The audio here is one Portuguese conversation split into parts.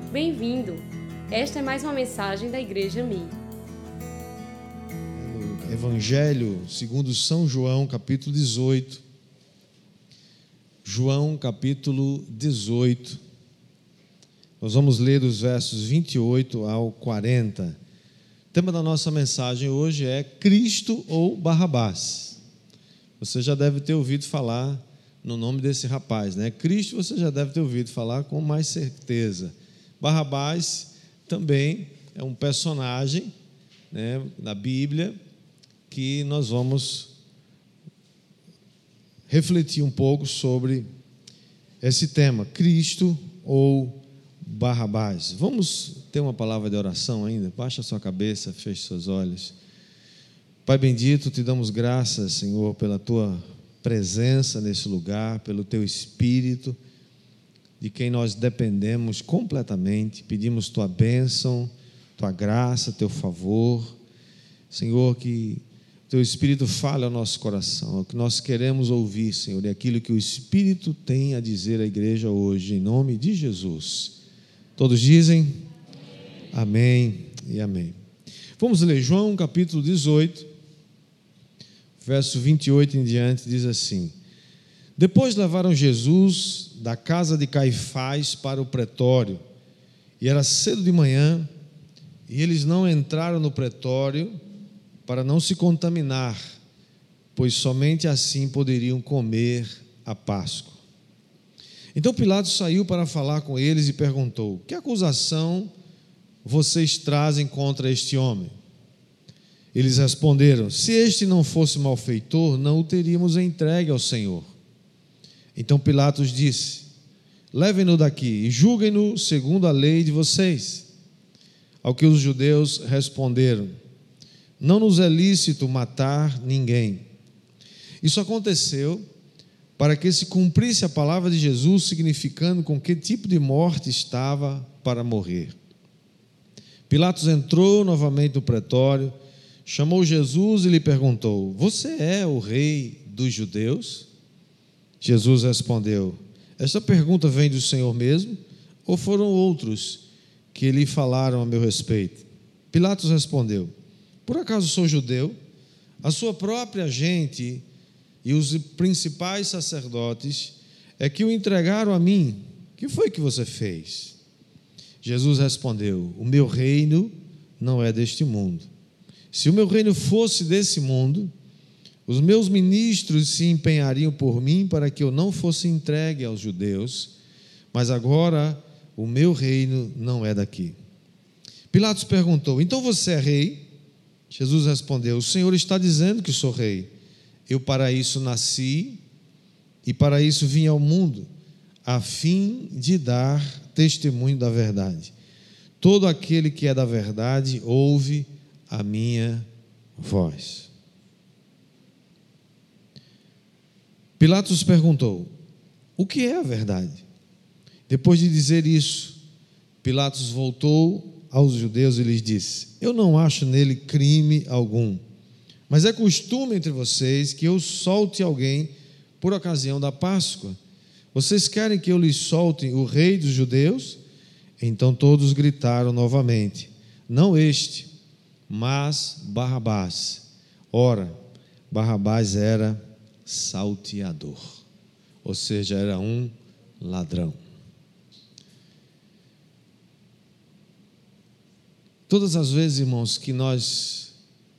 Bem-vindo! Esta é mais uma mensagem da Igreja Mi. No Evangelho segundo São João, capítulo 18. João, capítulo 18. Nós vamos ler os versos 28 ao 40. O tema da nossa mensagem hoje é Cristo ou Barrabás. Você já deve ter ouvido falar no nome desse rapaz, né? Cristo você já deve ter ouvido falar com mais certeza. Barrabás também é um personagem, né, na Bíblia que nós vamos refletir um pouco sobre esse tema, Cristo ou Barrabás. Vamos ter uma palavra de oração ainda? Baixa a sua cabeça, feche seus olhos. Pai bendito, te damos graças, Senhor, pela tua presença nesse lugar, pelo teu Espírito, de quem nós dependemos completamente. Pedimos tua bênção, tua graça, teu favor. Senhor, que teu Espírito fale ao nosso coração, é o que nós queremos ouvir, Senhor, é aquilo que o Espírito tem a dizer à igreja hoje, em nome de Jesus. Todos dizem amém e amém. Vamos ler João capítulo 18, verso 28 em diante, diz assim: Depois levaram Jesus da casa de Caifás para o pretório, e era cedo de manhã, e eles não entraram no pretório para não se contaminar, pois somente assim poderiam comer a Páscoa. Então Pilatos saiu para falar com eles e perguntou: Que acusação vocês trazem contra este homem? Eles responderam: Se este não fosse malfeitor, não o teríamos entregue ao Senhor. Então Pilatos disse: Levem-no daqui e julguem-no segundo a lei de vocês. Ao que os judeus responderam: Não nos é lícito matar ninguém. Isso aconteceu para que se cumprisse a palavra de Jesus, significando com que tipo de morte estava para morrer. Pilatos entrou novamente no pretório, chamou Jesus e lhe perguntou: Você é o rei dos judeus? Jesus respondeu: Esta pergunta vem do Senhor mesmo, ou foram outros que lhe falaram a meu respeito? Pilatos respondeu: Por acaso sou judeu? A sua própria gente e os principais sacerdotes é que o entregaram a mim. Que foi que você fez? Jesus respondeu: O meu reino não é deste mundo. Se o meu reino fosse desse mundo, os meus ministros se empenhariam por mim para que eu não fosse entregue aos judeus, mas agora o meu reino não é daqui. Pilatos perguntou: Então você é rei? Jesus respondeu: O Senhor está dizendo que sou rei. Eu para isso nasci e para isso vim ao mundo, a fim de dar testemunho da verdade. Todo aquele que é da verdade ouve a minha voz. Pilatos perguntou: O que é a verdade? Depois de dizer isso, Pilatos voltou aos judeus e lhes disse: Eu não acho nele crime algum, mas é costume entre vocês que eu solte alguém por ocasião da Páscoa. Vocês querem que eu lhes solte o rei dos judeus? Então todos gritaram novamente: Não este, mas Barrabás. Ora, Barrabás era salteador, ou seja, era um ladrão. Todas as vezes, irmãos, que nós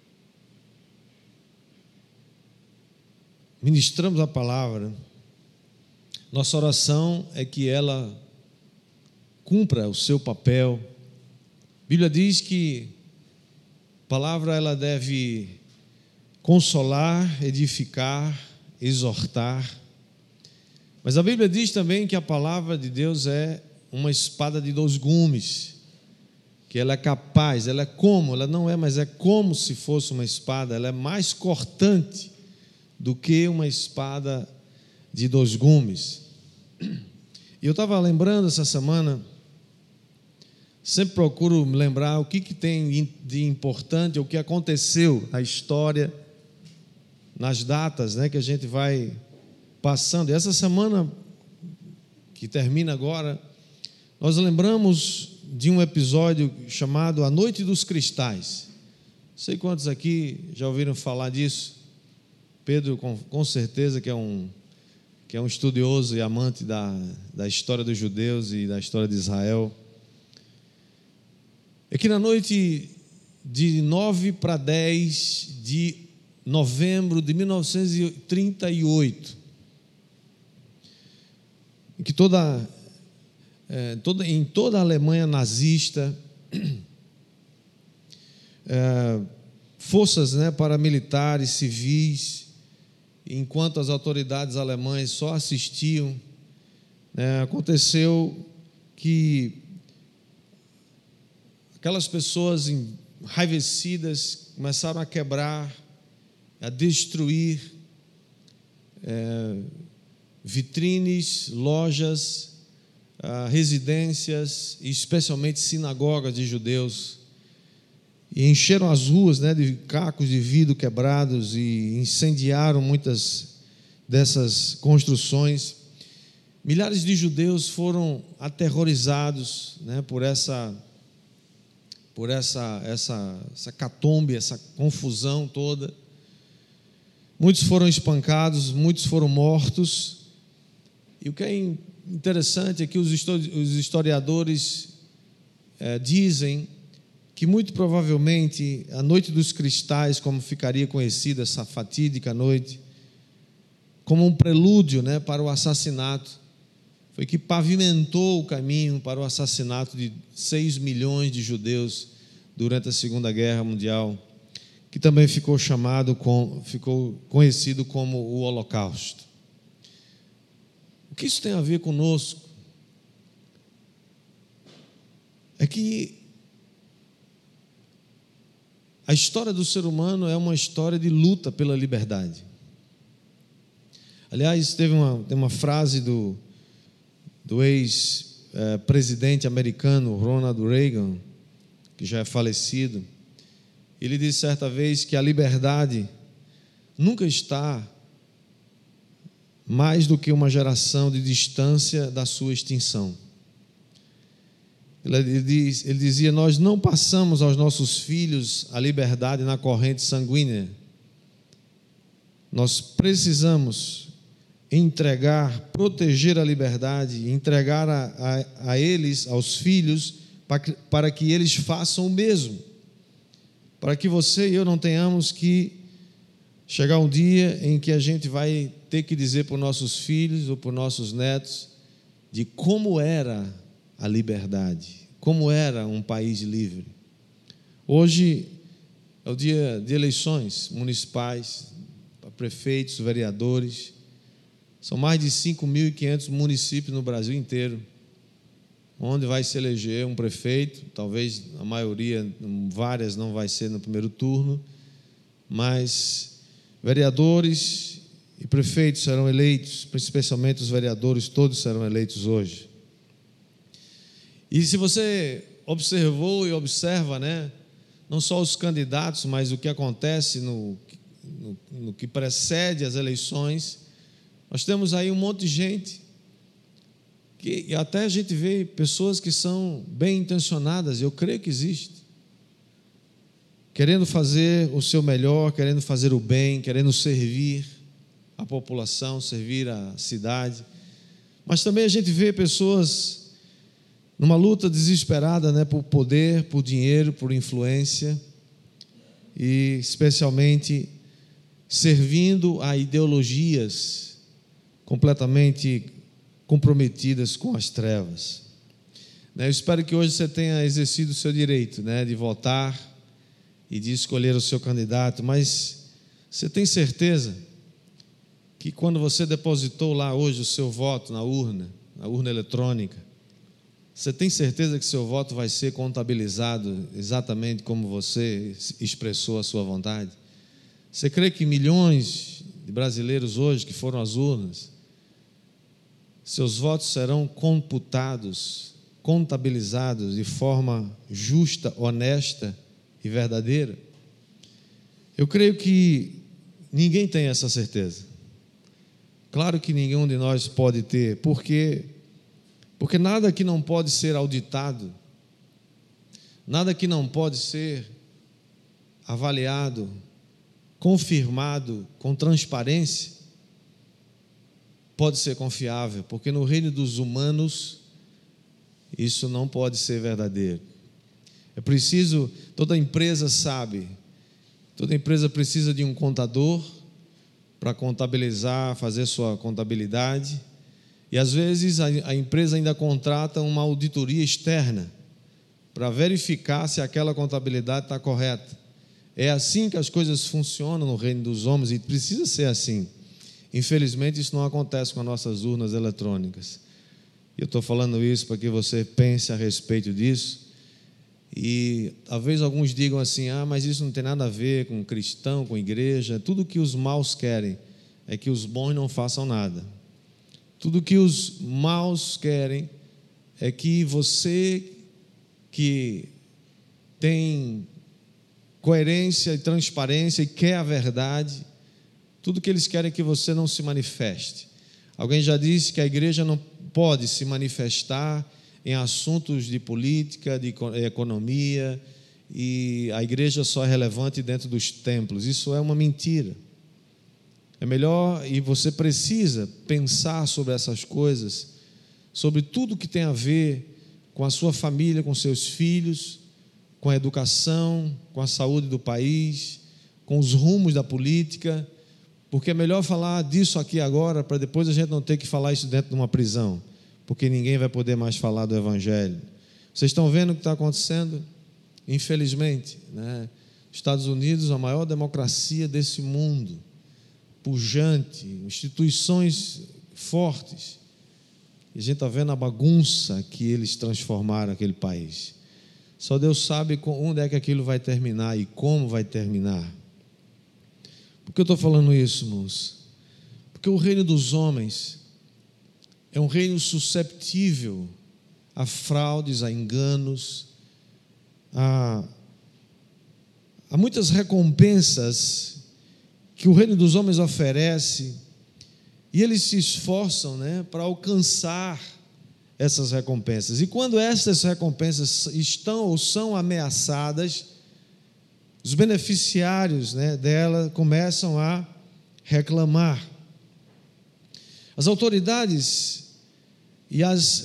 ministramos a palavra, nossa oração é que ela cumpra o seu papel. A Bíblia diz que a palavra ela deve consolar, edificar, exortar. Mas a Bíblia diz também que a palavra de Deus é uma espada de dois gumes, que ela é capaz, ela não é, mas é como se fosse uma espada, ela é mais cortante do que uma espada de dois gumes. E eu estava lembrando essa semana, sempre procuro me lembrar o que tem de importante, o que aconteceu na história, nas datas, né, que a gente vai passando. E essa semana que termina agora, nós lembramos de um episódio chamado A Noite dos Cristais. Não sei quantos aqui já ouviram falar disso. Pedro, com certeza, que é um estudioso e amante da história dos judeus e da história de Israel. É que na noite de 9 para 10 de novembro de 1938, em que em toda a Alemanha nazista, forças, paramilitares, civis, enquanto as autoridades alemãs só assistiam, aconteceu que aquelas pessoas enraivecidas começaram a quebrar, a destruir vitrines, lojas, residências, e especialmente sinagogas de judeus, e encheram as ruas de cacos de vidro quebrados e incendiaram muitas dessas construções. Milhares de judeus foram aterrorizados por essa catombe, essa confusão toda. Muitos foram espancados, muitos foram mortos. E o que é interessante é que os historiadores dizem que muito provavelmente a Noite dos Cristais, como ficaria conhecida essa fatídica noite, como um prelúdio para o assassinato, foi que pavimentou o caminho para o assassinato de 6 milhões de judeus durante a Segunda Guerra Mundial, que também ficou conhecido como o Holocausto. O que isso tem a ver conosco? É que a história do ser humano é uma história de luta pela liberdade. Aliás, tem uma frase do ex-presidente americano Ronald Reagan, que já é falecido. Ele disse certa vez que a liberdade nunca está mais do que uma geração de distância da sua extinção. Ele dizia: nós não passamos aos nossos filhos a liberdade na corrente sanguínea. Nós precisamos proteger a liberdade, entregar a eles, aos filhos, para que eles façam o mesmo. Para que você e eu não tenhamos que chegar um dia em que a gente vai ter que dizer para os nossos filhos ou para os nossos netos de como era a liberdade, como era um país livre. Hoje é o dia de eleições municipais, para prefeitos, vereadores. São mais de 5.500 municípios no Brasil inteiro, onde vai se eleger um prefeito. Talvez a maioria, várias, não vai ser no primeiro turno, mas vereadores e prefeitos serão eleitos, especialmente os vereadores, todos serão eleitos hoje. E se você observou e observa, não só os candidatos, mas o que acontece no que precede as eleições, nós temos aí um monte de gente, e até a gente vê pessoas que são bem intencionadas, eu creio que existe, querendo fazer o seu melhor, querendo fazer o bem, querendo servir a população, servir a cidade. Mas também a gente vê pessoas numa luta desesperada, por poder, por dinheiro, por influência, e especialmente servindo a ideologias completamente comprometidas com as trevas. Eu espero que hoje você tenha exercido o seu direito, de votar e de escolher o seu candidato, mas você tem certeza que quando você depositou lá hoje o seu voto na urna eletrônica, você tem certeza que seu voto vai ser contabilizado exatamente como você expressou a sua vontade? Você crê que milhões de brasileiros hoje que foram às urnas, seus votos serão computados, contabilizados de forma justa, honesta e verdadeira? Eu creio que ninguém tem essa certeza. Claro que nenhum de nós pode ter, porque nada que não pode ser auditado nada que não pode ser avaliado, confirmado com transparência, pode ser confiável, porque no reino dos humanos isso não pode ser verdadeiro. É preciso, toda empresa sabe, toda empresa precisa de um contador para contabilizar, fazer sua contabilidade, e às vezes a empresa ainda contrata uma auditoria externa para verificar se aquela contabilidade está correta. É assim que as coisas funcionam no reino dos homens, e precisa ser assim. Infelizmente, isso não acontece com as nossas urnas eletrônicas. Eu estou falando isso para que você pense a respeito disso. E talvez alguns digam assim: mas isso não tem nada a ver com cristão, com igreja. Tudo que os maus querem é que os bons não façam nada. Tudo que os maus querem é que você, que tem coerência e transparência e quer a verdade, tudo que eles querem é que você não se manifeste. Alguém já disse que a igreja não pode se manifestar em assuntos de política, de economia, e a igreja só é relevante dentro dos templos. Isso é uma mentira. É melhor, e você precisa pensar sobre essas coisas, sobre tudo que tem a ver com a sua família, com seus filhos, com a educação, com a saúde do país, com os rumos da política, porque é melhor falar disso aqui agora, para depois a gente não ter que falar isso dentro de uma prisão, porque ninguém vai poder mais falar do Evangelho. Vocês estão vendo o que está acontecendo? Infelizmente, né? Estados Unidos, a maior democracia desse mundo, pujante, instituições fortes, e a gente está vendo a bagunça que eles transformaram aquele país. Só Deus sabe onde é que aquilo vai terminar e como vai terminar. Por que eu estou falando isso, irmãos? Porque o reino dos homens é um reino susceptível a fraudes, a enganos, a muitas recompensas que o reino dos homens oferece, e eles se esforçam, né, para alcançar essas recompensas. E quando essas recompensas estão ou são ameaçadas, os beneficiários, né, dela começam a reclamar. As autoridades e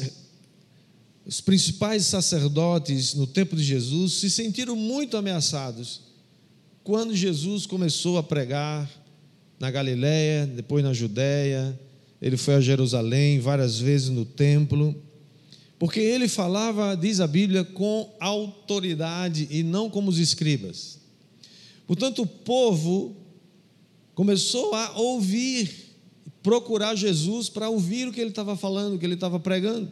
os principais sacerdotes no tempo de Jesus se sentiram muito ameaçados quando Jesus começou a pregar na Galiléia, depois na Judéia. Ele foi a Jerusalém várias vezes no templo, porque ele falava, diz a Bíblia, com autoridade e não como os escribas. Portanto, o povo começou a ouvir, procurar Jesus para ouvir o que ele estava falando, o que ele estava pregando.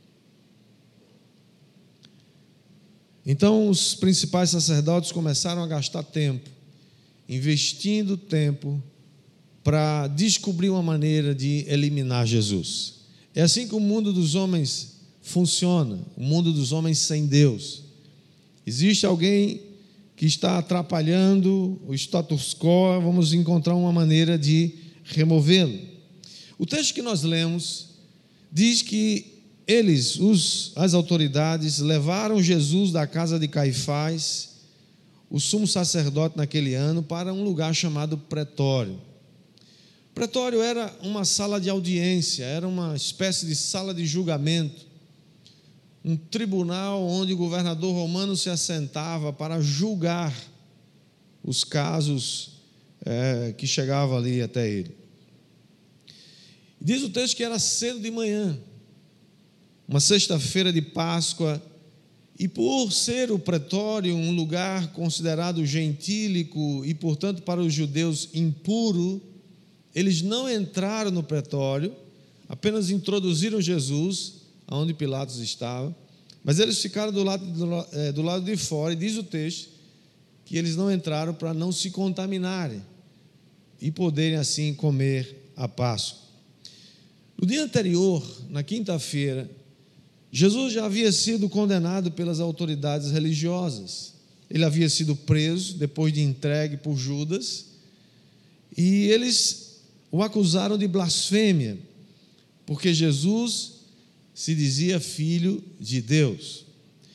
Então, os principais sacerdotes começaram a gastar tempo, investindo tempo para descobrir uma maneira de eliminar Jesus. É assim que o mundo dos homens funciona, o mundo dos homens sem Deus. Existe alguém que está atrapalhando o status quo, vamos encontrar uma maneira de removê-lo. O texto que nós lemos diz que as autoridades, levaram Jesus da casa de Caifás, o sumo sacerdote naquele ano, para um lugar chamado pretório. Pretório era uma sala de audiência, era uma espécie de sala de julgamento, um tribunal onde o governador romano se assentava para julgar os casos que chegavam ali até ele. Diz o texto que era cedo de manhã, uma sexta-feira de Páscoa, e por ser o pretório um lugar considerado gentílico e, portanto, para os judeus impuro, eles não entraram no pretório, apenas introduziram Jesus aonde Pilatos estava, mas eles ficaram do lado de fora, e diz o texto que eles não entraram para não se contaminarem e poderem assim comer a Páscoa. No dia anterior, na quinta-feira, Jesus já havia sido condenado pelas autoridades religiosas. Ele havia sido preso, depois de entregue por Judas, e eles o acusaram de blasfêmia, porque Jesus se dizia filho de Deus.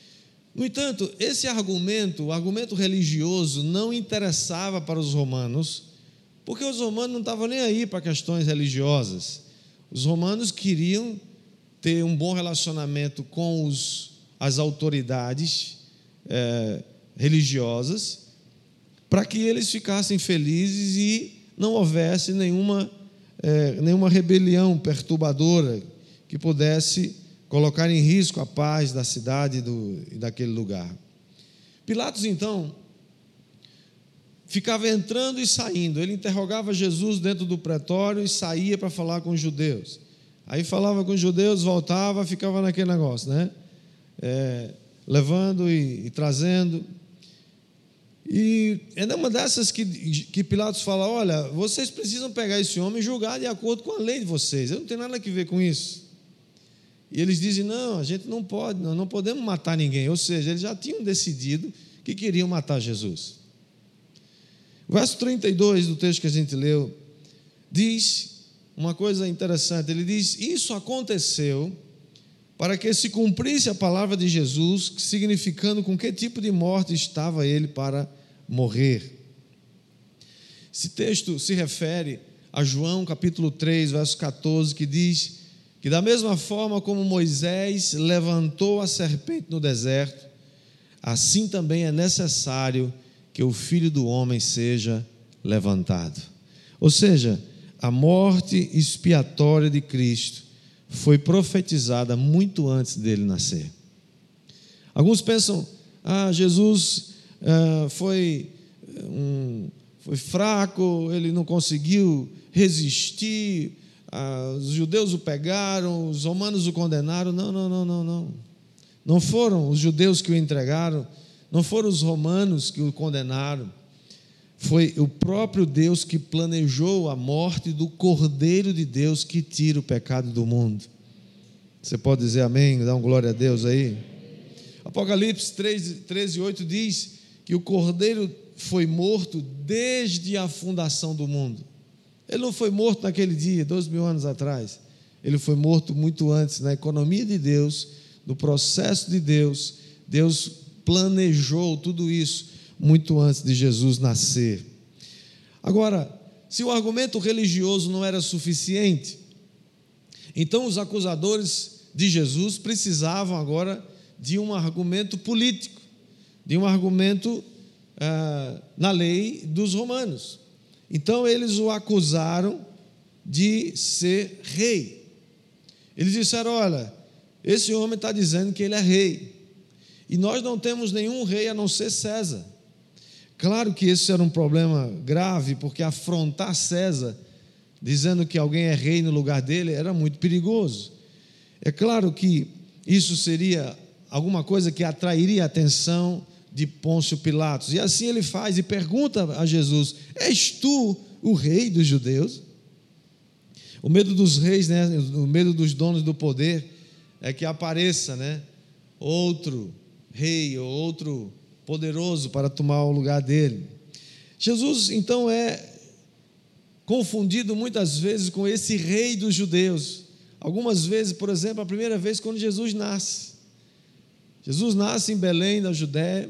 No entanto, esse argumento, o argumento religioso, não interessava para os romanos, porque os romanos não estavam nem aí para questões religiosas. Os romanos queriam ter um bom relacionamento com as autoridades religiosas, para que eles ficassem felizes e não houvesse nenhuma rebelião perturbadora que pudesse colocar em risco a paz da cidade e daquele lugar. Pilatos, então, ficava entrando e saindo. Ele interrogava Jesus dentro do pretório e saía para falar com os judeus. Aí falava com os judeus, voltava, ficava naquele negócio, né? Levando e trazendo. E é uma dessas que Pilatos fala: olha, vocês precisam pegar esse homem e julgar de acordo com a lei de vocês. Eu não tenho nada a ver com isso. E eles dizem: não, a gente não pode, nós não podemos matar ninguém. Ou seja, eles já tinham decidido que queriam matar Jesus. O verso 32 do texto que a gente leu diz uma coisa interessante. Ele diz: isso aconteceu para que se cumprisse a palavra de Jesus, significando com que tipo de morte estava ele para morrer. Esse texto se refere a João capítulo 3, verso 14, que diz que da mesma forma como Moisés levantou a serpente no deserto, assim também é necessário que o Filho do Homem seja levantado. Ou seja, a morte expiatória de Cristo foi profetizada muito antes dele nascer. Alguns pensam: Jesus foi fraco, ele não conseguiu resistir, os judeus o pegaram, os romanos o condenaram. Não. Não foram os judeus que o entregaram, não foram os romanos que o condenaram. Foi o próprio Deus que planejou a morte do Cordeiro de Deus que tira o pecado do mundo. Você pode dizer amém? Dá um glória a Deus aí. Apocalipse 13:8 diz que o Cordeiro foi morto desde a fundação do mundo. Ele não foi morto naquele dia, 2.000 anos atrás. Ele foi morto muito antes, na economia de Deus, no processo de Deus. Deus planejou tudo isso muito antes de Jesus nascer. Agora, se o argumento religioso não era suficiente, então os acusadores de Jesus precisavam agora de um argumento político, de um argumento na lei dos romanos. Então eles o acusaram de ser rei. Eles disseram: olha, esse homem está dizendo que ele é rei, e nós não temos nenhum rei a não ser César. Claro que esse era um problema grave, porque afrontar César, dizendo que alguém é rei no lugar dele, era muito perigoso. É claro que isso seria alguma coisa que atrairia a atenção de Pôncio Pilatos. E assim ele faz e pergunta a Jesus: és tu o rei dos judeus? O medo dos reis, né? O medo dos donos do poder é que apareça, né, outro rei ou outro poderoso para tomar o lugar dele. Jesus, então, é confundido muitas vezes com esse rei dos judeus. Algumas vezes, por exemplo, a primeira vez quando Jesus nasce. Jesus nasce em Belém, da Judéia,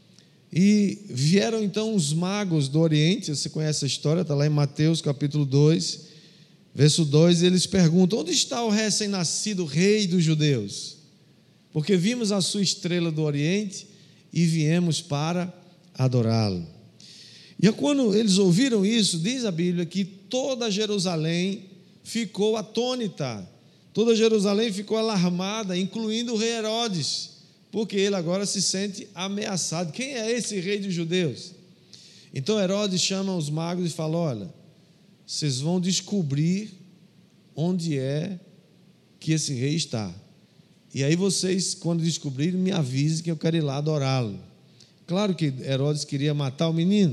e vieram então os magos do Oriente. Você conhece a história, está lá em Mateus capítulo 2, verso 2, e eles perguntam: onde está o recém-nascido rei dos judeus? Porque vimos a sua estrela do Oriente e viemos para adorá-lo. E quando eles ouviram isso, diz a Bíblia que toda Jerusalém ficou atônita, toda Jerusalém ficou alarmada, incluindo o rei Herodes, porque ele agora se sente ameaçado. Quem é esse rei dos judeus? Então Herodes chama os magos e fala: olha, vocês vão descobrir onde é que esse rei está. E aí vocês, quando descobrirem, me avisem que eu quero ir lá adorá-lo. Claro que Herodes queria matar o menino.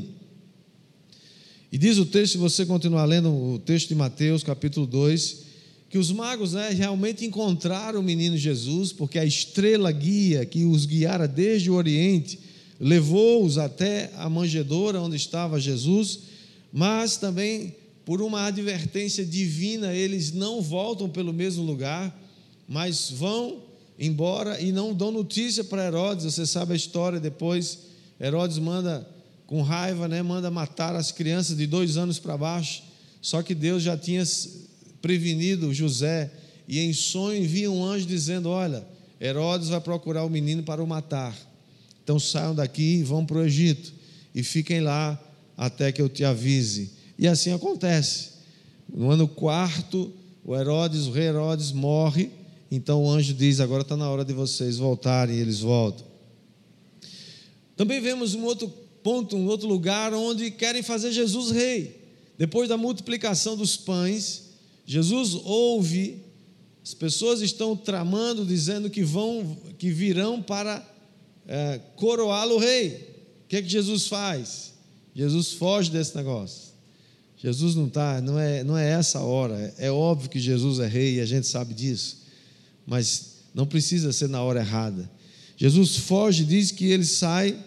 E diz o texto, se você continuar lendo o texto de Mateus, capítulo 2, que os magos, realmente encontraram o menino Jesus, porque a estrela guia que os guiara desde o Oriente levou-os até a manjedoura onde estava Jesus, mas também, por uma advertência divina, eles não voltam pelo mesmo lugar, mas vão embora e não dão notícia para Herodes. Você sabe a história. Depois Herodes manda, com raiva, manda matar as crianças de 2 anos para baixo. Só que Deus já tinha prevenido José, e em sonho envia um anjo dizendo: olha, Herodes vai procurar o menino para o matar, então saiam daqui e vão para o Egito e fiquem lá até que eu te avise. E assim acontece. No ano 4º, o rei Herodes morre. Então o anjo diz: agora está na hora de vocês voltarem. E eles voltam. Também vemos um outro ponto, um outro lugar onde querem fazer Jesus rei. Depois da multiplicação dos pães, Jesus ouve, as pessoas estão tramando, dizendo que virão para coroá-lo rei. O que é que Jesus faz? Jesus foge desse negócio. Jesus não é essa hora. É óbvio que Jesus é rei e a gente sabe disso, mas não precisa ser na hora errada. Jesus foge, diz que ele sai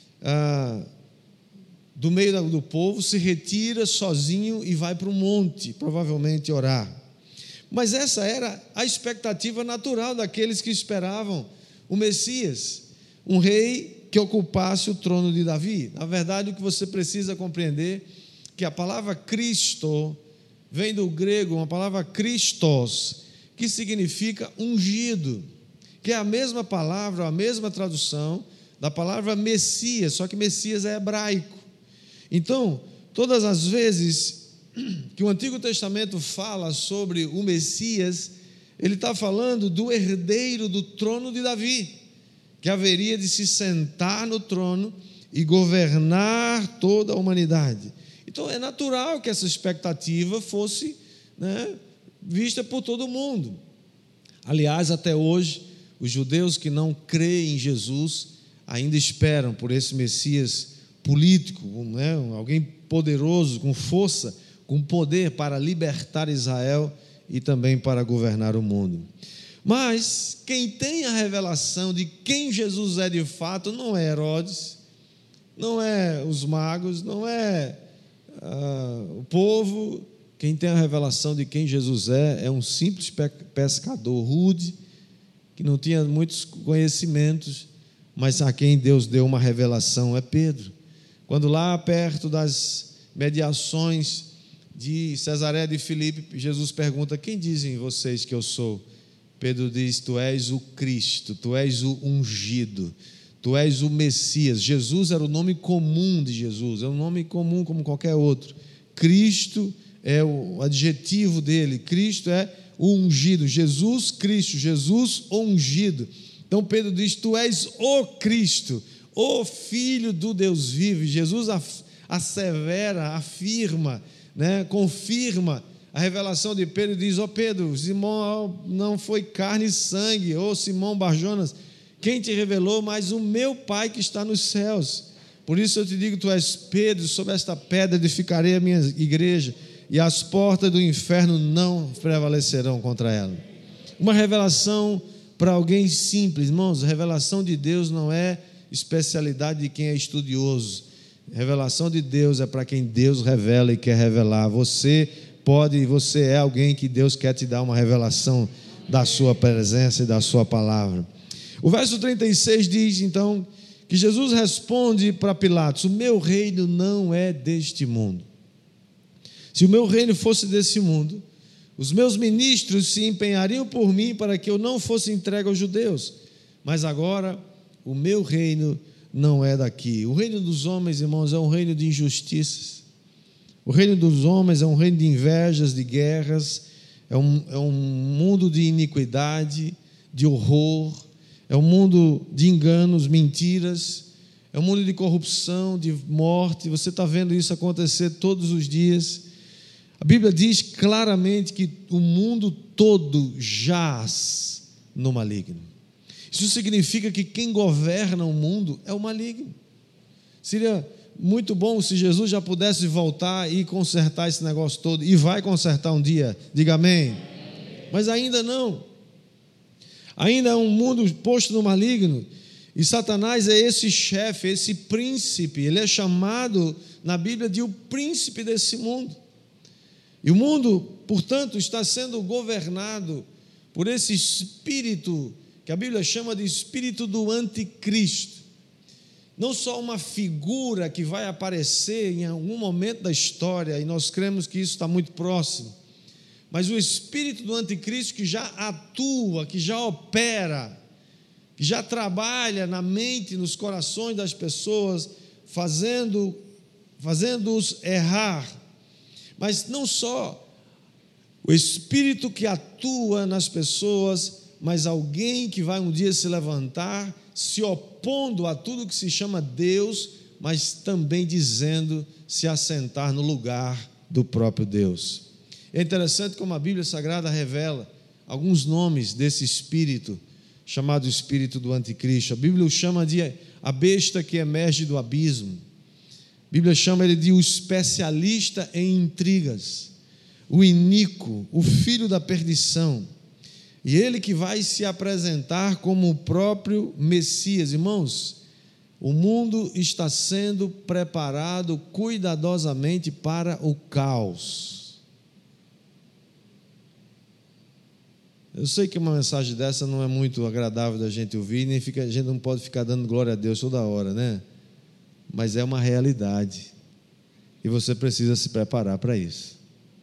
do meio do povo, se retira sozinho e vai para um monte, provavelmente orar. Mas essa era a expectativa natural daqueles que esperavam o Messias, um rei que ocupasse o trono de Davi. Na verdade, o que você precisa compreender é que a palavra Cristo vem do grego, uma palavra Christos, que significa ungido, que é a mesma palavra, a mesma tradução da palavra Messias, só que Messias é hebraico. Então, todas as vezes que o Antigo Testamento fala sobre o Messias, ele está falando do herdeiro do trono de Davi, que haveria de se sentar no trono e governar toda a humanidade. Então é natural que essa expectativa fosse vista por todo mundo. Aliás, até hoje, os judeus que não creem em Jesus ainda esperam por esse Messias político, alguém poderoso, com força, com poder para libertar Israel e também para governar o mundo. Mas quem tem a revelação de quem Jesus é de fato não é Herodes, não é os magos, não é o povo. Quem tem a revelação de quem Jesus é um simples pescador rude, que não tinha muitos conhecimentos, mas a quem Deus deu uma revelação é Pedro. Quando lá perto das mediações de Cesareia de Filipe, Jesus pergunta: quem dizem vocês que eu sou? Pedro diz: tu és o Cristo, tu és o ungido, tu és o Messias. Jesus era o nome comum de Jesus, é um nome comum como qualquer outro. Cristo é o adjetivo dele, Cristo é o ungido, Jesus Cristo, Jesus ungido. Então Pedro diz: tu és o Cristo, o Filho do Deus vivo. Jesus assevera, afirma, confirma a revelação de Pedro. Diz: Pedro, Simão, não foi carne e sangue, Simão Barjonas, quem te revelou, mas o meu Pai que está nos céus. Por isso eu te digo: tu és Pedro, sobre esta pedra edificarei a minha igreja, e as portas do inferno não prevalecerão contra ela. Uma revelação para alguém simples, irmãos. A revelação de Deus não é especialidade de quem é estudioso. A revelação de Deus é para quem Deus revela e quer revelar. Você é alguém que Deus quer te dar uma revelação da sua presença e da sua palavra. O verso 36 diz então que Jesus responde para Pilatos: o meu reino não é deste mundo. Se o meu reino fosse desse mundo, os meus ministros se empenhariam por mim para que eu não fosse entregue aos judeus. Mas agora o meu reino não é daqui. O reino dos homens, irmãos, é um reino de injustiças. O reino dos homens é um reino de invejas, de guerras, é um mundo de iniquidade, de horror, é um mundo de enganos, mentiras, é um mundo de corrupção, de morte. Você está vendo isso acontecer todos os dias. A Bíblia diz claramente que o mundo todo jaz no maligno. Isso significa que quem governa o mundo é o maligno. Seria muito bom se Jesus já pudesse voltar e consertar esse negócio todo, e vai consertar um dia, diga amém. Mas ainda não. Ainda é um mundo posto no maligno, e Satanás é esse chefe, esse príncipe. Ele é chamado na Bíblia de o príncipe desse mundo. E o mundo, portanto, está sendo governado por esse espírito que a Bíblia chama de espírito do anticristo. Não só uma figura que vai aparecer em algum momento da história, e nós cremos que isso está muito próximo, mas o espírito do anticristo que já atua, que já opera, que já trabalha na mente, nos corações das pessoas, fazendo-os errar. Mas não só o espírito que atua nas pessoas, mas alguém que vai um dia se levantar, se opondo a tudo que se chama Deus, mas também dizendo se assentar no lugar do próprio Deus. É interessante como a Bíblia Sagrada revela alguns nomes desse espírito, chamado espírito do anticristo. A Bíblia o chama de a besta que emerge do abismo. A Bíblia chama ele de o especialista em intrigas, o iníquo, o filho da perdição. E ele que vai se apresentar como o próprio Messias. Irmãos, o mundo está sendo preparado cuidadosamente para o caos. Eu sei que uma mensagem dessa não é muito agradável da gente ouvir, nem a gente não pode ficar dando glória a Deus toda hora, né? Mas é uma realidade. E você precisa se preparar para isso.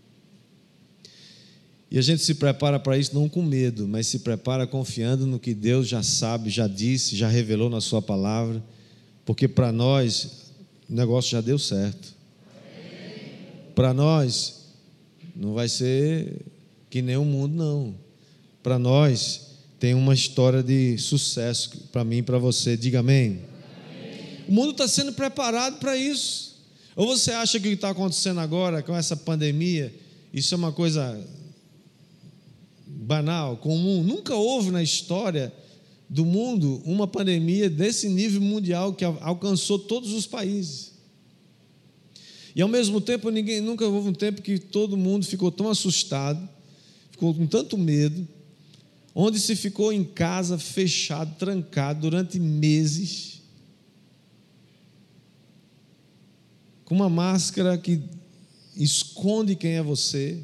E a gente se prepara para isso não com medo, mas se prepara confiando no que Deus já sabe, já disse, já revelou na sua palavra, porque para nós o negócio já deu certo. Para nós não vai ser que nem o mundo, não. Para nós tem uma história de sucesso para mim e para você. Diga amém. O mundo está sendo preparado para isso. Ou você acha que o que está acontecendo agora com essa pandemia, isso é uma coisa banal, comum? Nunca houve na história do mundo uma pandemia desse nível mundial que alcançou todos os países. E ao mesmo tempo, nunca houve um tempo que todo mundo ficou tão assustado, ficou com tanto medo, onde se ficou em casa, fechado, trancado durante meses, com uma máscara que esconde quem é você.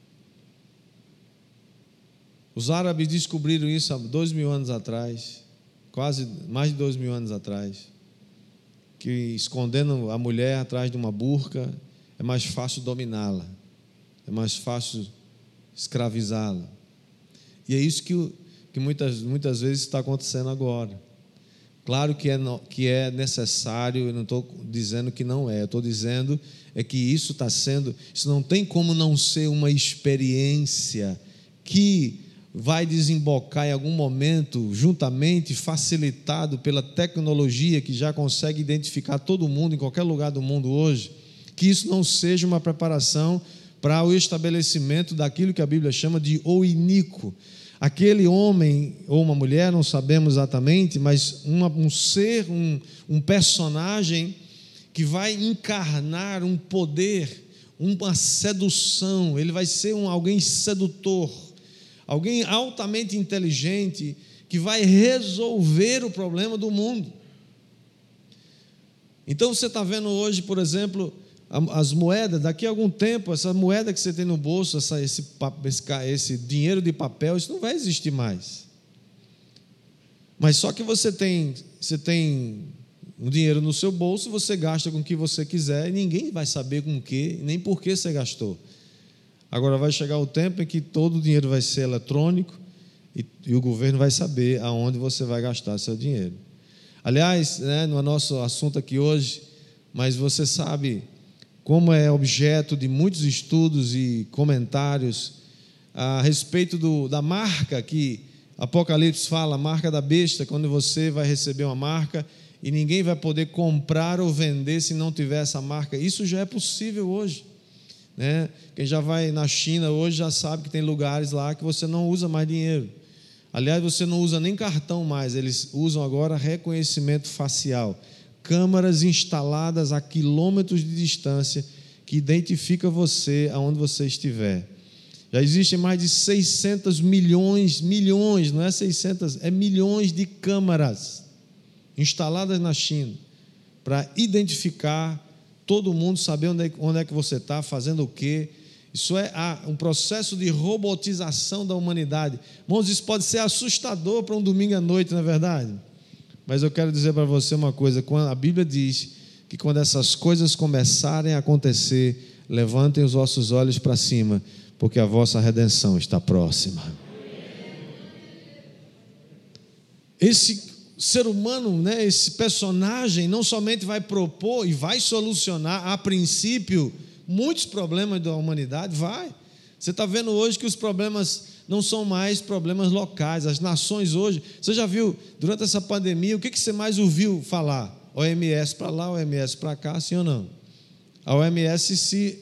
Os árabes descobriram isso há 2.000 anos atrás, quase mais de 2.000 anos atrás, que escondendo a mulher atrás de uma burca é mais fácil dominá-la, é mais fácil escravizá-la. E é isso que muitas vezes está acontecendo agora. Claro que é necessário, eu não estou dizendo que não é, eu estou dizendo que isso não tem como não ser uma experiência que vai desembocar em algum momento, juntamente, facilitado pela tecnologia que já consegue identificar todo mundo em qualquer lugar do mundo hoje, que isso não seja uma preparação para o estabelecimento daquilo que a Bíblia chama de o iníquo. Aquele homem ou uma mulher, não sabemos exatamente, mas um ser, um personagem que vai encarnar um poder, uma sedução. Ele vai ser alguém sedutor, alguém altamente inteligente que vai resolver o problema do mundo. Então você está vendo hoje, por exemplo, as moedas. Daqui a algum tempo, essa moeda que você tem no bolso, esse dinheiro de papel, isso não vai existir mais. Mas só que você tem um dinheiro no seu bolso, você gasta com o que você quiser e ninguém vai saber com o que, nem por que você gastou. Agora vai chegar o tempo em que todo o dinheiro vai ser eletrônico e o governo vai saber aonde você vai gastar seu dinheiro. Aliás, não é nosso assunto aqui hoje, mas você sabe como é objeto de muitos estudos e comentários a respeito da marca que Apocalipse fala, a marca da besta, quando você vai receber uma marca e ninguém vai poder comprar ou vender se não tiver essa marca. Isso já é possível hoje, né? Quem já vai na China hoje já sabe que tem lugares lá que você não usa mais dinheiro. Aliás, você não usa nem cartão mais, eles usam agora reconhecimento facial. Câmaras instaladas a quilômetros de distância que identifica você aonde você estiver. Já existem mais de 600 milhões, não é 600, é milhões de câmaras instaladas na China para identificar todo mundo, saber onde é que você está, fazendo o quê. Isso é um processo de robotização da humanidade. Irmãos, isso pode ser assustador para um domingo à noite, não é verdade? Mas eu quero dizer para você uma coisa: quando a Bíblia diz que quando essas coisas começarem a acontecer, levantem os vossos olhos para cima, porque a vossa redenção está próxima. Esse ser humano, né, esse personagem, não somente vai propor e vai solucionar, a princípio, muitos problemas da humanidade, Você está vendo hoje que os problemas não são mais problemas locais. As nações hoje, você já viu, durante essa pandemia, o que você mais ouviu falar? OMS para lá, OMS para cá, sim ou não? A OMS se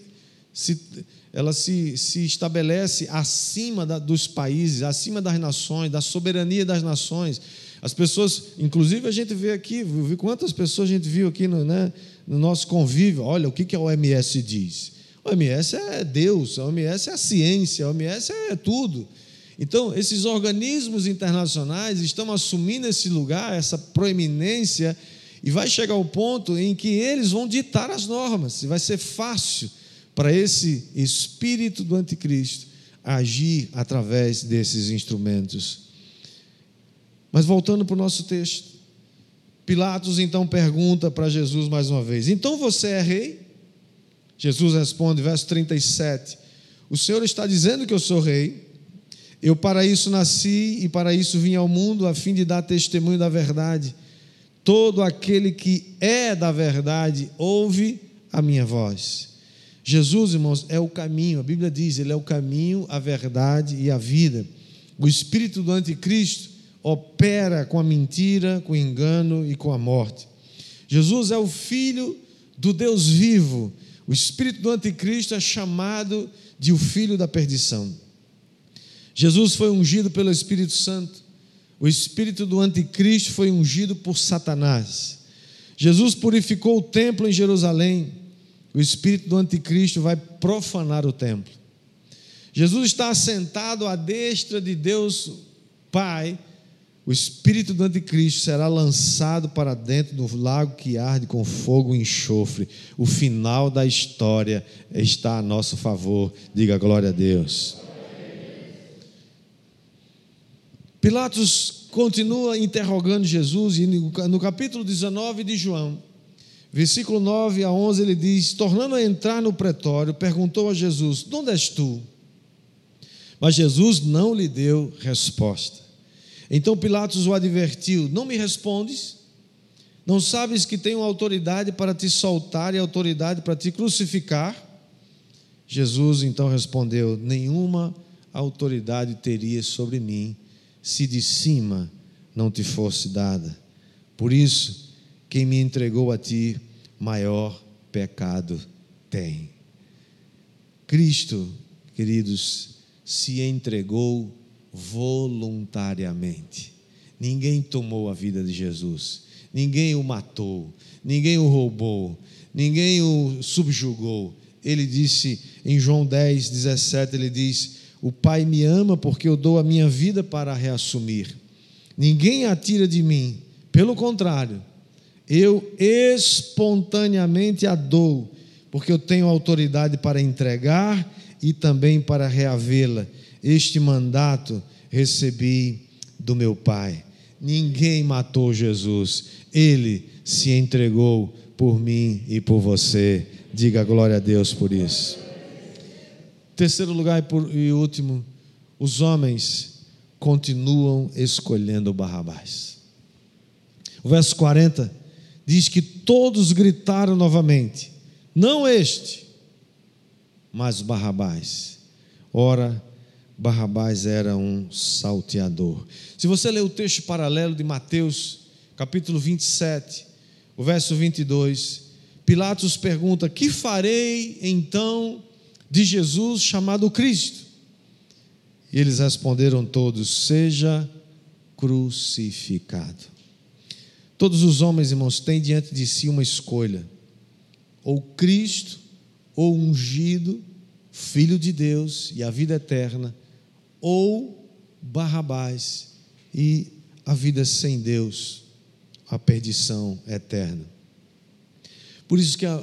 estabelece acima dos países, acima das nações, da soberania das nações. As pessoas, inclusive a gente vê aqui, viu quantas pessoas a gente viu aqui no nosso convívio. Olha, o que a OMS diz? A OMS é Deus, a OMS é a ciência, a OMS é tudo. Então, esses organismos internacionais estão assumindo esse lugar, essa proeminência, e vai chegar ao ponto em que eles vão ditar as normas, e vai ser fácil para esse espírito do anticristo agir através desses instrumentos. Mas voltando para o nosso texto, Pilatos então pergunta para Jesus mais uma vez: então você é rei? Jesus responde, verso 37, o Senhor está dizendo que eu sou rei? Eu para isso nasci e para isso vim ao mundo, a fim de dar testemunho da verdade. Todo aquele que é da verdade ouve a minha voz. Jesus, irmãos, é o caminho. A Bíblia diz, ele é o caminho, a verdade e a vida. O espírito do anticristo opera com a mentira, com o engano e com a morte. Jesus é o Filho do Deus vivo. O espírito do anticristo é chamado de o filho da perdição. Jesus foi ungido pelo Espírito Santo. O espírito do anticristo foi ungido por Satanás. Jesus purificou o templo em Jerusalém. O espírito do anticristo vai profanar o templo. Jesus está assentado à destra de Deus Pai. O espírito do anticristo será lançado para dentro do lago que arde com fogo e enxofre. O final da história está a nosso favor. Diga glória a Deus. Pilatos continua interrogando Jesus, e no capítulo 19 de João, versículo 9 a 11, ele diz: tornando a entrar no pretório, perguntou a Jesus: de onde és tu? Mas Jesus não lhe deu resposta. Então Pilatos o advertiu: não me respondes? Não sabes que tenho autoridade para te soltar e autoridade para te crucificar? Jesus então respondeu: nenhuma autoridade terias sobre mim, se de cima não te fosse dada. Por isso, quem me entregou a ti, maior pecado tem. Cristo, queridos, se entregou voluntariamente. Ninguém tomou a vida de Jesus, ninguém o matou, ninguém o roubou, ninguém o subjugou. Ele disse em João 10, 17, ele diz: o Pai me ama porque eu dou a minha vida para a reassumir. Ninguém a tira de mim, pelo contrário, eu espontaneamente a dou, porque eu tenho autoridade para entregar e também para reavê-la. Este mandato recebi do meu Pai. Ninguém matou Jesus, ele se entregou por mim e por você. Diga glória a Deus por isso. Terceiro lugar e último, os homens continuam escolhendo Barrabás. O verso 40 diz que todos gritaram novamente: não este, mas Barrabás. Ora, Barrabás era um salteador. Se você ler o texto paralelo de Mateus, capítulo 27, o verso 22, Pilatos pergunta: que farei então de Jesus chamado Cristo? E eles responderam todos: seja crucificado. Todos os homens, irmãos, têm diante de si uma escolha: ou Cristo, ou ungido, Filho de Deus e a vida eterna, ou Barrabás e a vida sem Deus, a perdição eterna. Por isso que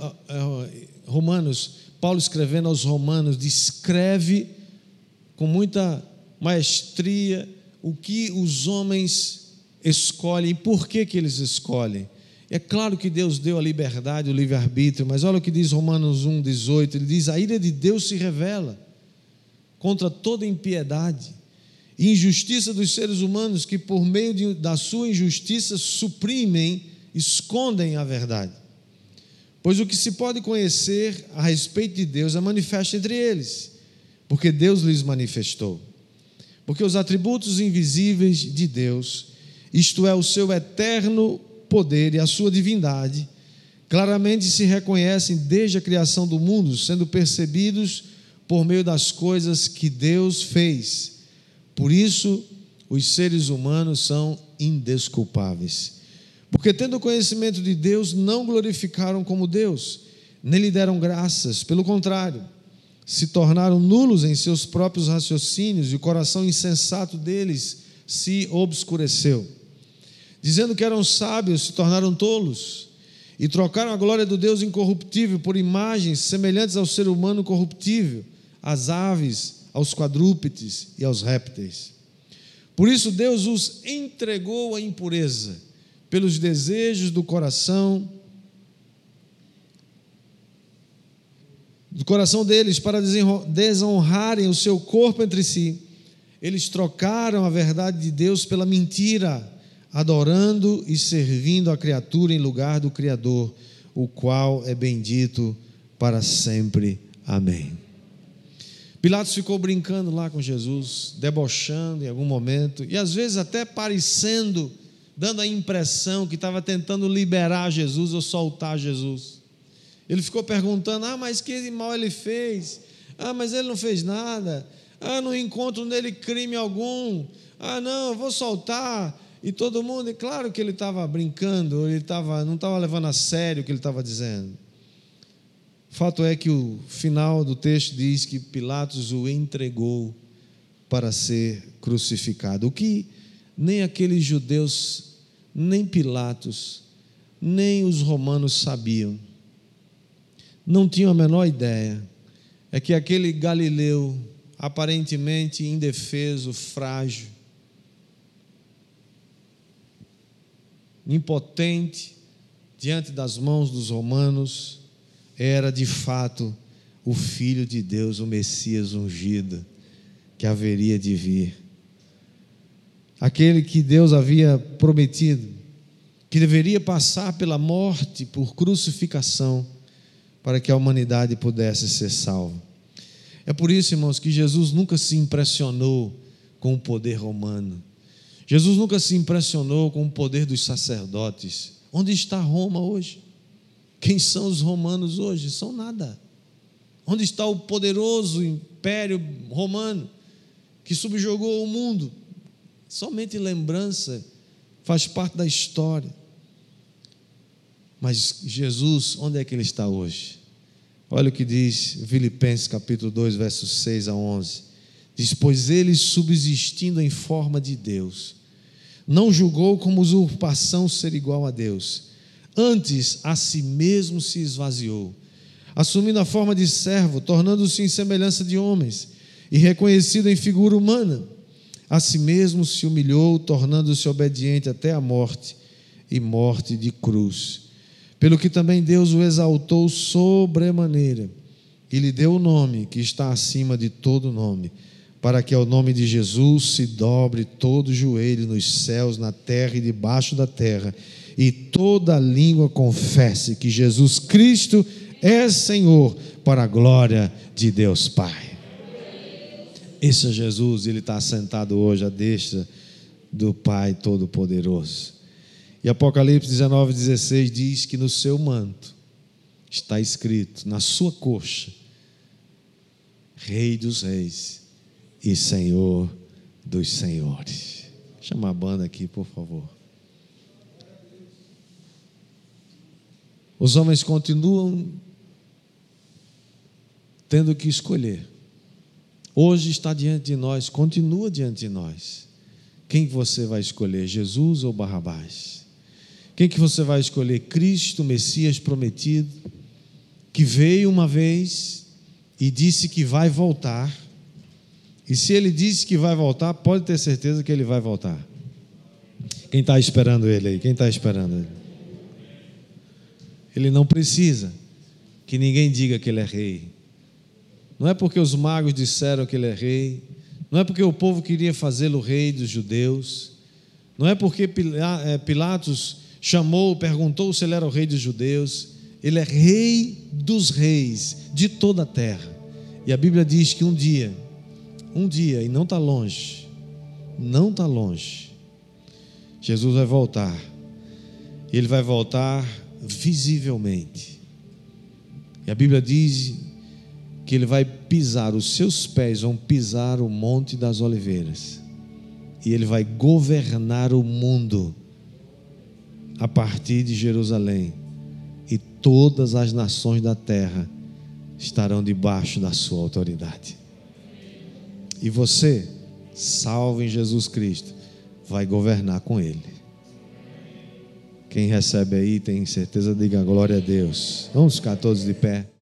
Paulo escrevendo aos Romanos, descreve com muita maestria o que os homens escolhem e por que eles escolhem. É claro que Deus deu a liberdade, o livre-arbítrio, mas olha o que diz Romanos 1,18, ele diz: a ira de Deus se revela contra toda impiedade e injustiça dos seres humanos que por meio da sua injustiça suprimem, escondem a verdade. Pois o que se pode conhecer a respeito de Deus é manifesto entre eles, porque Deus lhes manifestou. Porque os atributos invisíveis de Deus, isto é, o seu eterno poder e a sua divindade, claramente se reconhecem desde a criação do mundo, sendo percebidos por meio das coisas que Deus fez. Por isso, os seres humanos são indesculpáveis. Porque, tendo conhecimento de Deus, não glorificaram como Deus, nem lhe deram graças. Pelo contrário, se tornaram nulos em seus próprios raciocínios, e o coração insensato deles se obscureceu. Dizendo que eram sábios, se tornaram tolos, e trocaram a glória do Deus incorruptível por imagens semelhantes ao ser humano corruptível, às aves, aos quadrúpedes e aos répteis. Por isso Deus os entregou à impureza, pelos desejos do coração deles, para desonrarem o seu corpo entre si. Eles trocaram a verdade de Deus pela mentira, adorando e servindo a criatura em lugar do Criador, o qual é bendito para sempre. Amém. Pilatos ficou brincando lá com Jesus, debochando em algum momento, e às vezes até parecendo, dando a impressão que estava tentando liberar Jesus ou soltar Jesus. Ele ficou perguntando: mas que mal ele fez? Mas ele não fez nada. Não encontro nele crime algum. Não, eu vou soltar. E todo mundo, e claro que ele estava brincando, não estava levando a sério o que ele estava dizendo. O fato é que o final do texto diz que Pilatos o entregou para ser crucificado. O que nem aqueles judeus, nem Pilatos, nem os romanos sabiam, não tinham a menor ideia, é que aquele galileu, aparentemente indefeso, frágil, impotente diante das mãos dos romanos, era de fato o Filho de Deus, o Messias ungido, que haveria de vir. Aquele que Deus havia prometido, que deveria passar pela morte, por crucificação, para que a humanidade pudesse ser salva. É por isso, irmãos, que Jesus nunca se impressionou com o poder romano. Jesus nunca se impressionou com o poder dos sacerdotes. Onde está Roma hoje? Quem são os romanos hoje? São nada. Onde está o poderoso império romano que subjugou o mundo? Somente lembrança, faz parte da história. Mas Jesus, onde é que ele está hoje? Olha o que diz Filipenses capítulo 2, versos 6 a 11. Diz: pois ele, subsistindo em forma de Deus, não julgou como usurpação ser igual a Deus. Antes, a si mesmo se esvaziou, assumindo a forma de servo, tornando-se em semelhança de homens, e reconhecido em figura humana. A si mesmo se humilhou, tornando-se obediente até a morte, e morte de cruz. Pelo que também Deus o exaltou sobremaneira, e lhe deu o nome que está acima de todo nome, para que ao nome de Jesus se dobre todo o joelho nos céus, na terra e debaixo da terra, e toda língua confesse que Jesus Cristo é Senhor, para a glória de Deus Pai. Esse é Jesus, ele está sentado hoje à destra do Pai Todo-Poderoso. E Apocalipse 19:16 diz que no seu manto está escrito, na sua coxa, Rei dos Reis e Senhor dos Senhores. Chama a banda aqui, por favor. Os homens continuam tendo que escolher. Hoje está diante de nós, continua diante de nós. Quem você vai escolher, Jesus ou Barrabás? Quem que você vai escolher? Cristo, Messias prometido, que veio uma vez e disse que vai voltar. E se ele disse que vai voltar, pode ter certeza que ele vai voltar. Quem está esperando ele aí? Quem está esperando ele? Ele não precisa que ninguém diga que ele é rei. Não é porque os magos disseram que ele é rei. Não é porque o povo queria fazê-lo rei dos judeus. Não é porque Pilatos chamou, perguntou se ele era o rei dos judeus. Ele é rei dos reis de toda a terra. E a Bíblia diz que um dia, e não está longe, Jesus vai voltar. E ele vai voltar visivelmente. E a Bíblia diz que ele vai pisar, os seus pés vão pisar o Monte das Oliveiras. E ele vai governar o mundo a partir de Jerusalém. E todas as nações da terra estarão debaixo da sua autoridade. E você, salvo em Jesus Cristo, vai governar com ele. Quem recebe aí tem certeza, diga glória a Deus. Vamos ficar todos de pé.